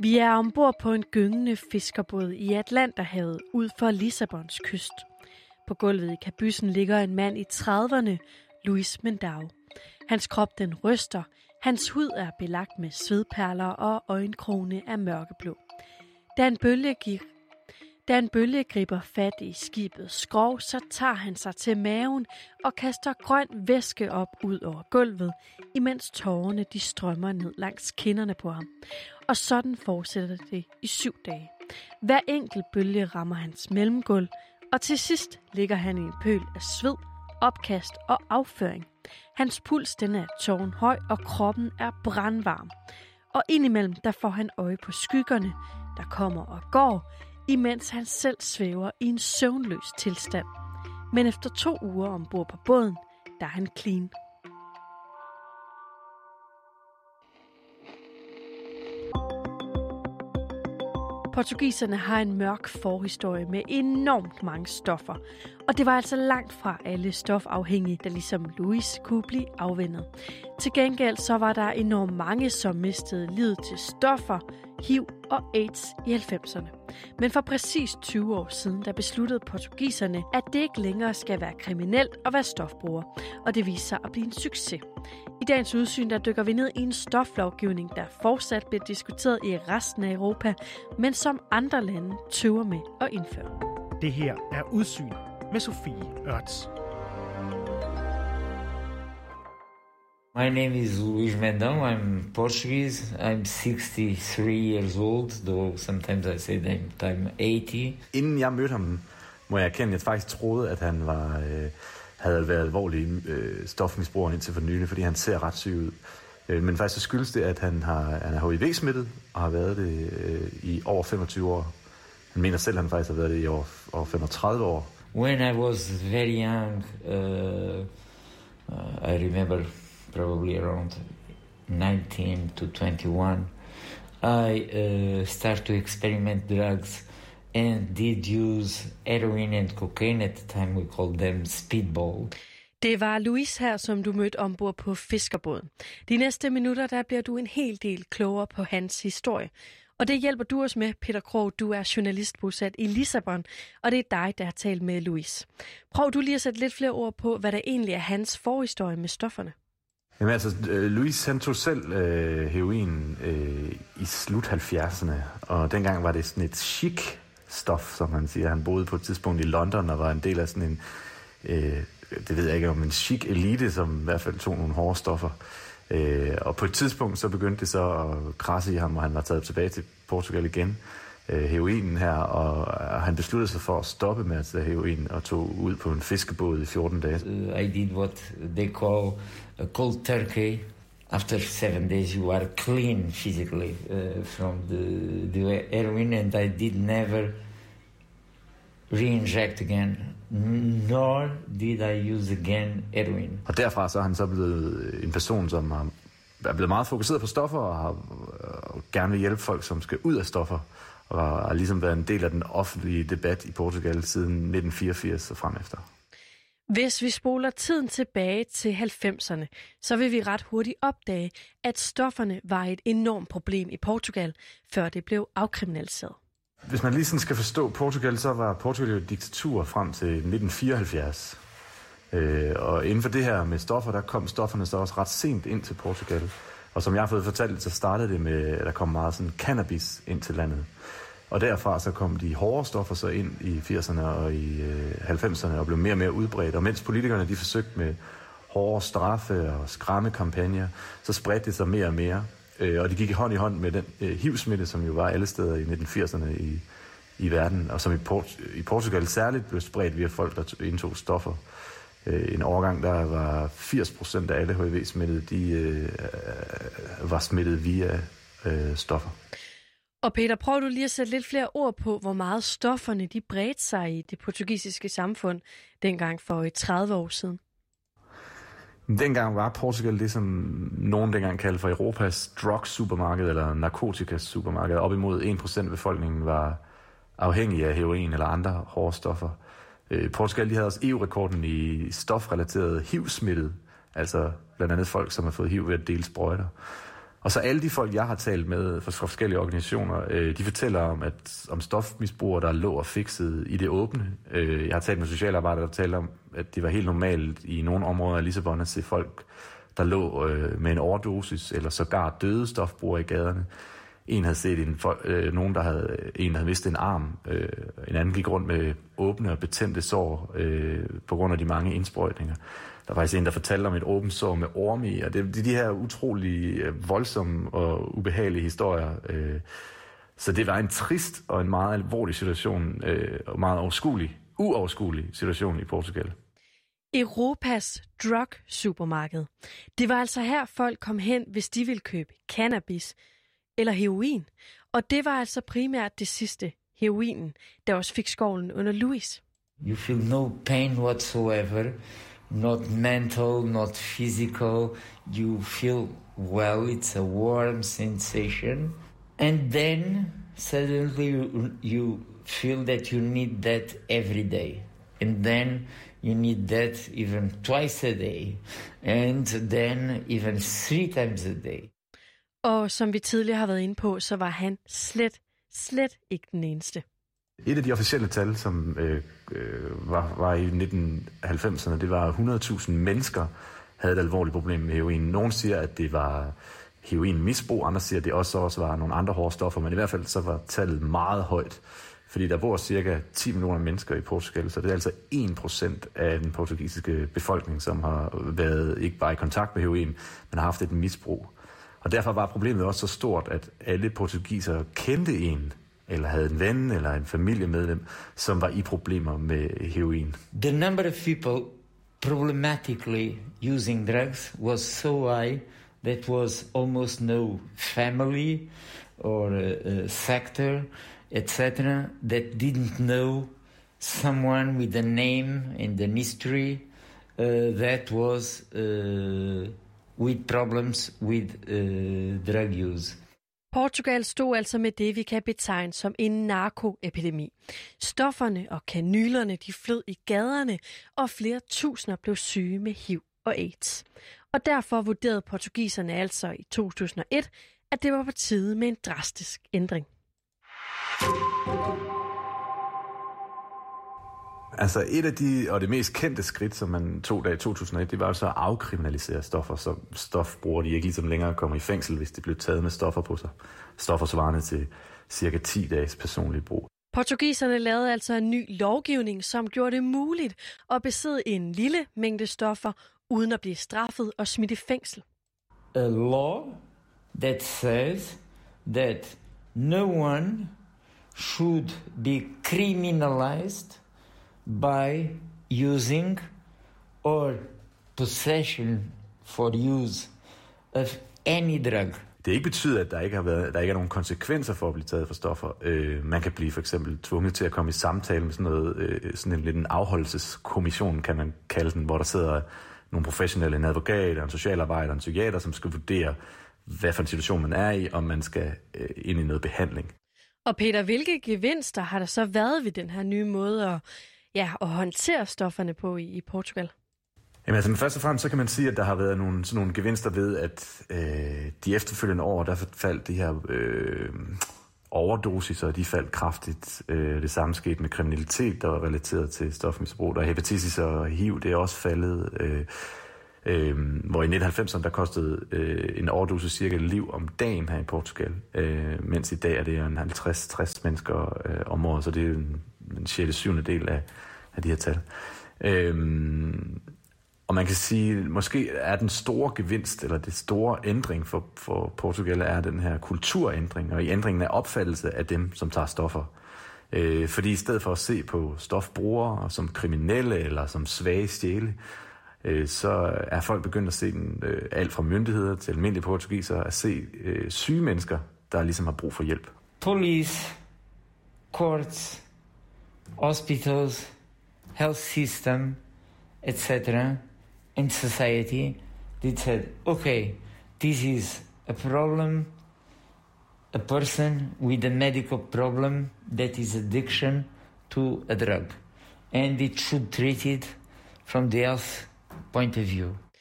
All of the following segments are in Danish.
Vi er ombord på en gyngende fiskerbåd i Atlanterhavet ud for Lissabons kyst. På gulvet i kabyssen ligger en mand i 30'erne, Luis Mendao. Hans krop den ryster, hans hud er belagt med svedperler og øjenkrone er mørkeblå. Da en bølge griber fat i skibets skrog, så tager han sig til maven og kaster grøn væske op ud over gulvet, imens tårerne de strømmer ned langs kinderne på ham. Og sådan fortsætter det i 7 dage. Hver enkelt bølge rammer hans mellemgulv, og til sidst ligger han i en pøl af sved, opkast og afføring. Hans puls den er tårnhøj, og kroppen er brandvarm. Og indimellem der får han øje på skyggerne, der kommer og går, imens han selv svæver i en søvnløs tilstand. Men efter 2 uger ombord på båden, der er han clean. Portugiserne har en mørk forhistorie med enormt mange stoffer. Og det var altså langt fra alle stofafhængige, der ligesom Luis kunne blive afvænnet. Til gengæld så var der enormt mange, som mistede livet til stoffer, HIV og AIDS i 90'erne. Men for præcis 20 år siden, der besluttede portugiserne, at det ikke længere skal være kriminelt at være stofbruger. Og det viste sig at blive en succes. I dagens udsyn, der dykker vi ned i en stoflovgivning, der fortsat bliver diskuteret i resten af Europa, men som andre lande tøver med at indføre. Det her er Udsyn med Sofie Ørts. My name is Luis Mendão. I'm Portuguese. I'm 63 years old, though sometimes I say that I'm 80. Inden jeg mødte ham, må jeg erkende, at jeg faktisk troede, at han havde været alvorlig stofmisbruger indtil for nylig, fordi han ser ret syg ud. Men faktisk så skyldes det, at han er HIV-smittet og har været det i over 25 år. Han mener selv, at han faktisk har været det i over 35 år. When I was very young, I remember probably around 19 to 21, I started to experiment drugs and did use heroin and cocaine. At the time we called them speedball. Det var Luis her, som du mødte ombord på fiskerbåden. De næste minutter, der bliver du en hel del klogere på hans historie. Og det hjælper du os med, Peter Krog. Du er journalist bosat i Lissabon, og det er dig, der har talt med Luis. Prøv du lige at sætte lidt flere ord på, hvad der egentlig er hans forhistorie med stofferne. Jamen altså, Luis han tog selv heroin i slut 70'erne, og dengang var det sådan et chic stof, som han siger. Han boede på et tidspunkt i London og var en del af sådan en, det ved jeg ikke om, en chic elite, som i hvert fald tog nogle hårde stoffer. Og på et tidspunkt så begyndte det så at krasse i ham, og han var taget tilbage til Portugal igen, heroinen her, og han besluttede sig for at stoppe med at tage heroin og tog ud på en fiskebåd i 14 dage. I did what they call a cold turkey. After 7 days you are clean physically from the heroin, and I did never re-inject again, nor did I use again heroin. Og derfra så er han så blevet en person, som er blevet meget fokuseret på stoffer og har gerne vil hjælpe folk, som skal ud af stoffer, og har ligesom været en del af den offentlige debat i Portugal siden 1984 og frem efter. Hvis vi spoler tiden tilbage til 90'erne, så vil vi ret hurtigt opdage, at stofferne var et enormt problem i Portugal, før det blev afkriminaliseret. Hvis man lige sådan skal forstå Portugal, så var Portugal jo et diktatur frem til 1974. Og inden for det her med stoffer, der kom stofferne så også ret sent ind til Portugal. Og som jeg har fået fortalt, så startede det med, at der kom meget sådan cannabis ind til landet. Og derfra så kom de hårde stoffer så ind i 80'erne og i 90'erne og blev mere og mere udbredt. Og mens politikerne de forsøgte med hårde straffe og skræmmekampagner, så spredte det sig mere og mere. Og de gik i hånd i hånd med den HIV-smitte, som jo var alle steder i 1980'erne i verden, og som i Portugal særligt blev spredt via folk, der indtog stoffer. En overgang, der var 80% af alle HIV-smittede, de var smittet via stoffer. Og Peter, prøv du lige at sætte lidt flere ord på, hvor meget stofferne de bredte sig i det portugisiske samfund dengang for 30 år siden. Dengang var Portugal det, som nogen dengang kaldte for Europas drug-supermarked eller narkotika-supermarked. Op imod 1% af befolkningen var afhængige af heroin eller andre hårde stoffer. Portugal de havde også EU-rekorden i stofrelateret HIV-smittet, altså blandt andet folk, som har fået HIV ved at dele sprøjter. Og så alle de folk, jeg har talt med fra forskellige organisationer, de fortæller om stofmisbrugere, der lå og fikset i det åbne. Jeg har talt med socialarbejdere, der taler om, at det var helt normalt i nogle områder af Lissabon at se folk, der lå med en overdosis eller sågar døde stofbrugere i gaderne. En havde set nogen, der havde mistet en arm. En anden gik rundt med åbne og betændte sår på grund af de mange indsprøjtninger. Der var faktisk en, der fortalte om et åbent sår med orme i, og det er de her utrolig voldsomme og ubehagelige historier. Så det var en trist og en meget alvorlig situation, og meget uoverskuelig situation i Portugal. Europas drug-supermarked. Det var altså her folk kom hen, hvis de ville købe cannabis eller heroin. Og det var altså primært det sidste, heroinen, der også fik skovlen under Luis. You feel no pain whatsoever, not mental, not physical. You feel, well, it's a warm sensation. And then suddenly you feel that you need that every day. And then you need that even twice a day. And then even 3 times a day. Og som vi tidligere har været inde på, så var han slet ikke den eneste. Et af de officielle tal, som var i 1990'erne, det var 100.000 mennesker havde et alvorligt problem med heroin. Nogle siger, at det var heroinmisbrug, andre siger, at det også var nogle andre hårde stoffer, men i hvert fald så var tallet meget højt, fordi der bor cirka 10 millioner mennesker i Portugal, så det er altså 1% af den portugisiske befolkning, som har været ikke bare i kontakt med heroin, men har haft et misbrug. Og derfor var problemet også så stort, at alle portugisere kendte en, eller havde en ven eller en familiemedlem, som var i problemer med heroin. The number of people problematically using drugs was so high that was almost no family or sector, etc., that didn't know someone with a name and an history that was with problems with drug use. Portugal stod altså med det, vi kan betegne som en narkoepidemi. Stofferne og kanylerne, de flød i gaderne, og flere tusinder blev syge med HIV og AIDS. Og derfor vurderede portugiserne altså i 2001, at det var på tide med en drastisk ændring. Altså et af de, og det mest kendte skridt, som man tog der i 2001, det var jo så at afkriminalisere stoffer, så stofbrugere de ikke ligesom længere kommer i fængsel, hvis de blev taget med stoffer på sig. Stoffer svarende til cirka 10 dages personlig brug. Portugiserne lavede altså en ny lovgivning, som gjorde det muligt at besidde en lille mængde stoffer, uden at blive straffet og smidt i fængsel. A law that says that no one should be criminalized by using or possession for use of any drug. Det ikke betyder, at der ikke er nogen konsekvenser for at blive taget for stoffer. Man kan blive for eksempel tvunget til at komme i samtale med sådan en afholdelseskommission, kan man kalde den, hvor der sidder nogle professionelle, en advokat, en socialarbejder, en psykiater, som skal vurdere, hvad for en situation man er i, om man skal ind i noget behandling. Og Peter, hvilke gevinster har der så været ved den her nye måde at håndtere stofferne på i Portugal? Jamen altså, først og fremmest så kan man sige, at der har været nogle gevinster ved, at de efterfølgende år, der faldt de her overdosiser, de faldt kraftigt. Det samme skete med kriminalitet, der var relateret til stofmisbrug. Der hepatitis og HIV, det er også faldet. Hvor i 1990'erne, der kostede en overdosis cirka liv om dagen her i Portugal. Mens i dag er det en 50-60 mennesker om året, så det er en 6-7 del af de her tal. Og man kan sige, måske er den store gevinst, eller det store ændring for Portugal, er den her kulturændring, og i ændringen af opfattelse af dem, som tager stoffer. Fordi i stedet for at se på stofbrugere som kriminelle eller som svage sjæle, så er folk begyndt at se den, alt fra myndigheder til almindelige portugisere, at se syge mennesker, der ligesom har brug for hjælp. Police, courts, hospitals, health system, etc., and society, they said, okay, this is a problem, a person with a medical problem that is addiction to a drug, and it should treat it from the health point of view.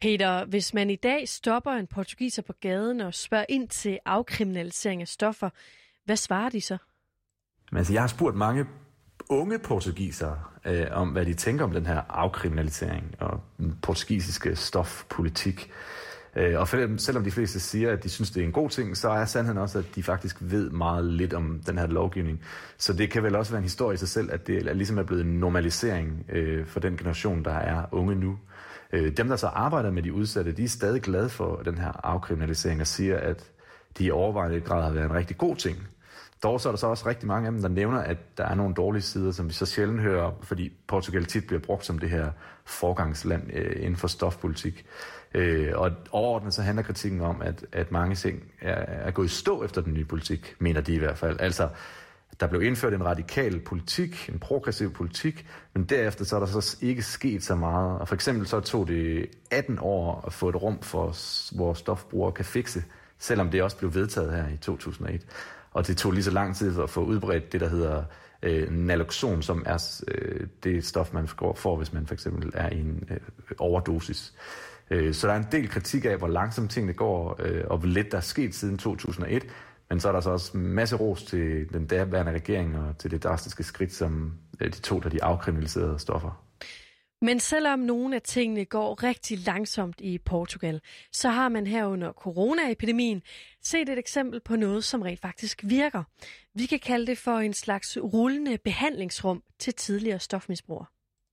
Peter, hvis man i dag stopper en portugiser på gaden og spørger ind til afkriminalisering af stoffer, hvad svarer de så? Altså, jeg har spurgt mange unge portugisere om, hvad de tænker om den her afkriminalisering og den portugisiske stofpolitik. Og selvom de fleste siger, at de synes, det er en god ting, så er sandheden også, at de faktisk ved meget lidt om den her lovgivning. Så det kan vel også være en historie i sig selv, at det ligesom er blevet en normalisering for den generation, der er unge nu. Dem, der så arbejder med de udsatte, de er stadig glade for den her afkriminalisering og siger, at de i overvejende grad har været en rigtig god ting. Dog så er der så også rigtig mange af dem, der nævner, at der er nogle dårlige sider, som vi så sjældent hører om, fordi Portugal tit bliver brugt som det her forgangsland inden for stofpolitik. Og overordnet så handler kritikken om, at mange ting er gået i stå efter den nye politik, mener de i hvert fald. Altså, der blev indført en radikal politik, en progressiv politik, men derefter så er der så ikke sket så meget. Og for eksempel så tog det 18 år at få et rum for, hvor stofbrugere kan fikse, selvom det også blev vedtaget her i 2001. Og det tog lige så lang tid at få udbredt det, der hedder naloxon, som er det stof, man får, hvis man for eksempel er i en overdosis. Så der er en del kritik af, hvor langsomt tingene går, og hvor lidt der er sket siden 2001. Men så er der så også en masse ros til den daværende regering og til det drastiske skridt, som de tog, da de afkriminaliserede stoffer. Men selvom nogle af tingene går rigtig langsomt i Portugal, så har man her under coronaepidemien set et eksempel på noget, som rent faktisk virker. Vi kan kalde det for en slags rullende behandlingsrum til tidligere stofmisbrugere.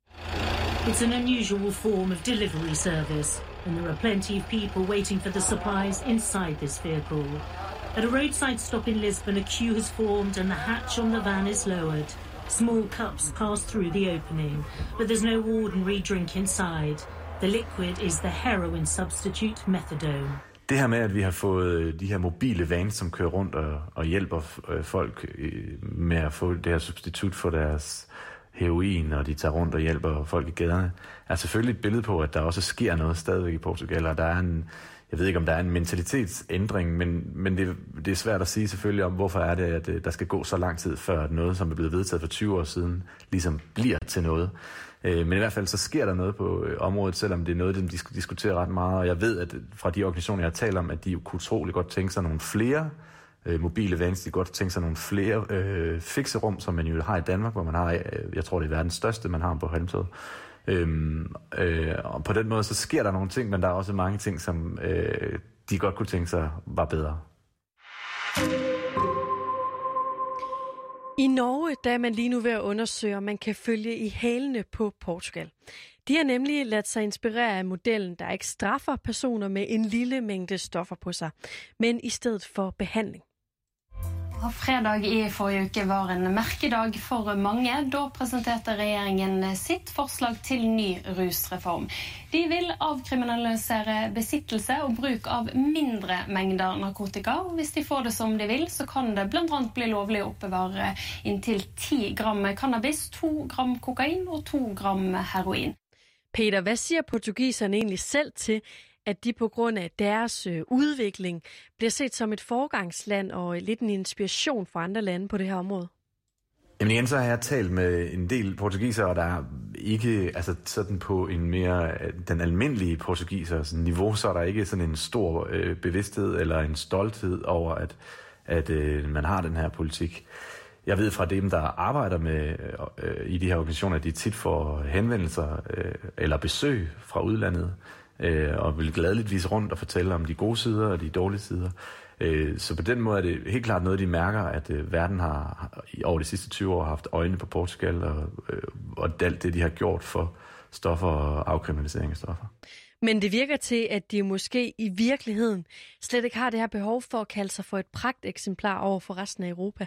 It's an unusual form of delivery service, and there are plenty of people waiting for the supplies inside this vehicle. At a roadside stop in Lisbon, a queue has formed and the hatch on the van is lowered. Small cups pass through the opening, but there's no ordinary drink inside. The liquid is the heroin substitute methadone. Det her med, at vi har fået de her mobile vans, som kører rundt og hjælper folk med at få det her substitut for deres heroin, og de tager rundt og hjælper folk i gaderne, er selvfølgelig et billede på, at der også sker noget stadigvæk i Portugal, og der er jeg ved ikke, om der er en mentalitetsændring, men det er svært at sige selvfølgelig om, hvorfor er det, at der skal gå så lang tid, før noget, som er blevet vedtaget for 20 år siden, ligesom bliver til noget. Men i hvert fald så sker der noget på området, selvom det er noget, de diskuterer ret meget. Og jeg ved, at fra de organisationer, jeg har talt om, at de kunne utroligt godt tænke sig nogle flere mobile vans, de godt tænke sig nogle flere fikserum, som man jo har i Danmark, hvor man har, jeg tror det er verdens største, man har på Halmstad. Og på den måde så sker der nogle ting, men der er også mange ting, som de godt kunne tænke sig var bedre. I Norge der er man lige nu ved at undersøge, om man kan følge i hælene på Portugal. De har nemlig ladet sig inspirere af modellen, der ikke straffer personer med en lille mængde stoffer på sig, men i stedet for behandling. Fredag i forrige uke var en merkedag for mange. Da presenterte regjeringen sitt forslag til ny rusreform. De vil avkriminalisere besittelse og bruk av mindre mengder narkotika. Hvis de får det som de vil, så kan det blant annet bli lovlig å oppbevare inntil 10 gram cannabis, 2 gram kokain og 2 gram heroin. Peter, hvad siger portugiserne egentlig selv til, at de på grund af deres udvikling bliver set som et foregangsland og lidt en inspiration for andre lande på det her område? Jamen igen, så har jeg talt med en del portugisere, der er ikke altså sådan på en mere den almindelige portugisers niveau, så er der ikke sådan en stor bevidsthed eller en stolthed over, at man har den her politik. Jeg ved fra dem, der arbejder med i de her organisationer, at de tit får henvendelser eller besøg fra udlandet, og vil gladeligt vise rundt og fortælle om de gode sider og de dårlige sider. Så på den måde er det helt klart noget, de mærker, at verden har over de sidste 20 år haft øjne på Portugal og alt det, de har gjort for stoffer og afkriminalisering af stoffer. Men det virker til, at de måske i virkeligheden slet ikke har det her behov for at kalde sig for et pragteksemplar over for resten af Europa.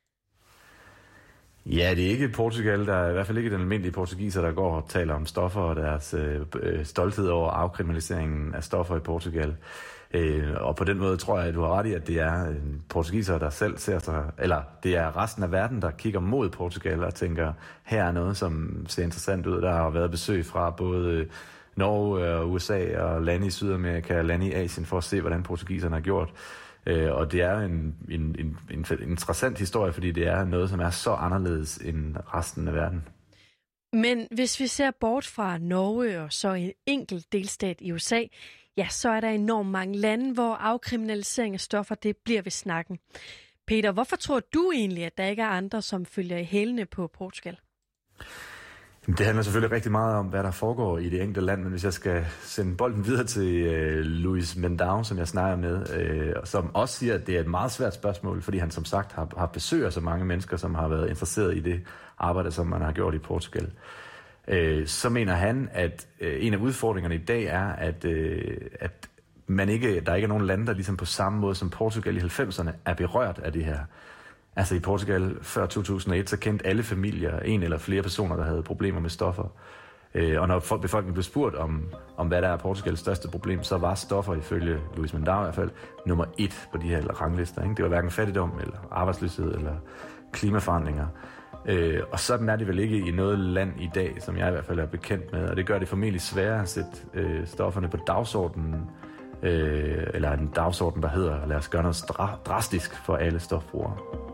Ja, det er ikke Portugal, der er i hvert fald ikke den almindelige portugiser, der går og taler om stoffer og deres stolthed over afkriminaliseringen af stoffer i Portugal. Og på den måde tror jeg, at du har ret i, at det er portugiser, der selv ser sig, eller det er resten af verden, der kigger mod Portugal og tænker, her er noget, som ser interessant ud. Der har været besøg fra både Norge og USA og lande i Sydamerika og lande i Asien for at se, hvordan portugiserne har gjort. Og det er en interessant historie, fordi det er noget, som er så anderledes end resten af verden. Men hvis vi ser bort fra Norge og så en enkelt delstat i USA, ja, så er der enormt mange lande, hvor afkriminalisering af stoffer, det bliver ved snakken. Peter, hvorfor tror du egentlig, at der ikke er andre, som følger i hælene på Portugal? Det handler selvfølgelig rigtig meget om, hvad der foregår i det enkelte land, men hvis jeg skal sende bolden videre til Luis Mendao, som jeg snakker med, som også siger, at det er et meget svært spørgsmål, fordi han som sagt har besøg af så mange mennesker, som har været interesseret i det arbejde, som man har gjort i Portugal. Så mener han, at en af udfordringerne i dag er, at der ikke er nogen lande, der ligesom på samme måde som Portugal i 90'erne er berørt af det her. Altså i Portugal før 2001, så kendte alle familier en eller flere personer, der havde problemer med stoffer. Og når befolkningen blev spurgt om hvad der er Portugals største problem, så var stoffer ifølge Luis Mendao i hvert fald nummer 1 på de her ranglister. Ikke? Det var hverken fattigdom, eller arbejdsløshed, eller klimaforandringer. Og sådan er det vel ikke i noget land i dag, som jeg i hvert fald er bekendt med. Og det gør det formentlig sværere at sætte stofferne på dagsordenen, eller en dagsorden, der hedder, lad os gøre noget drastisk for alle stofbrugere.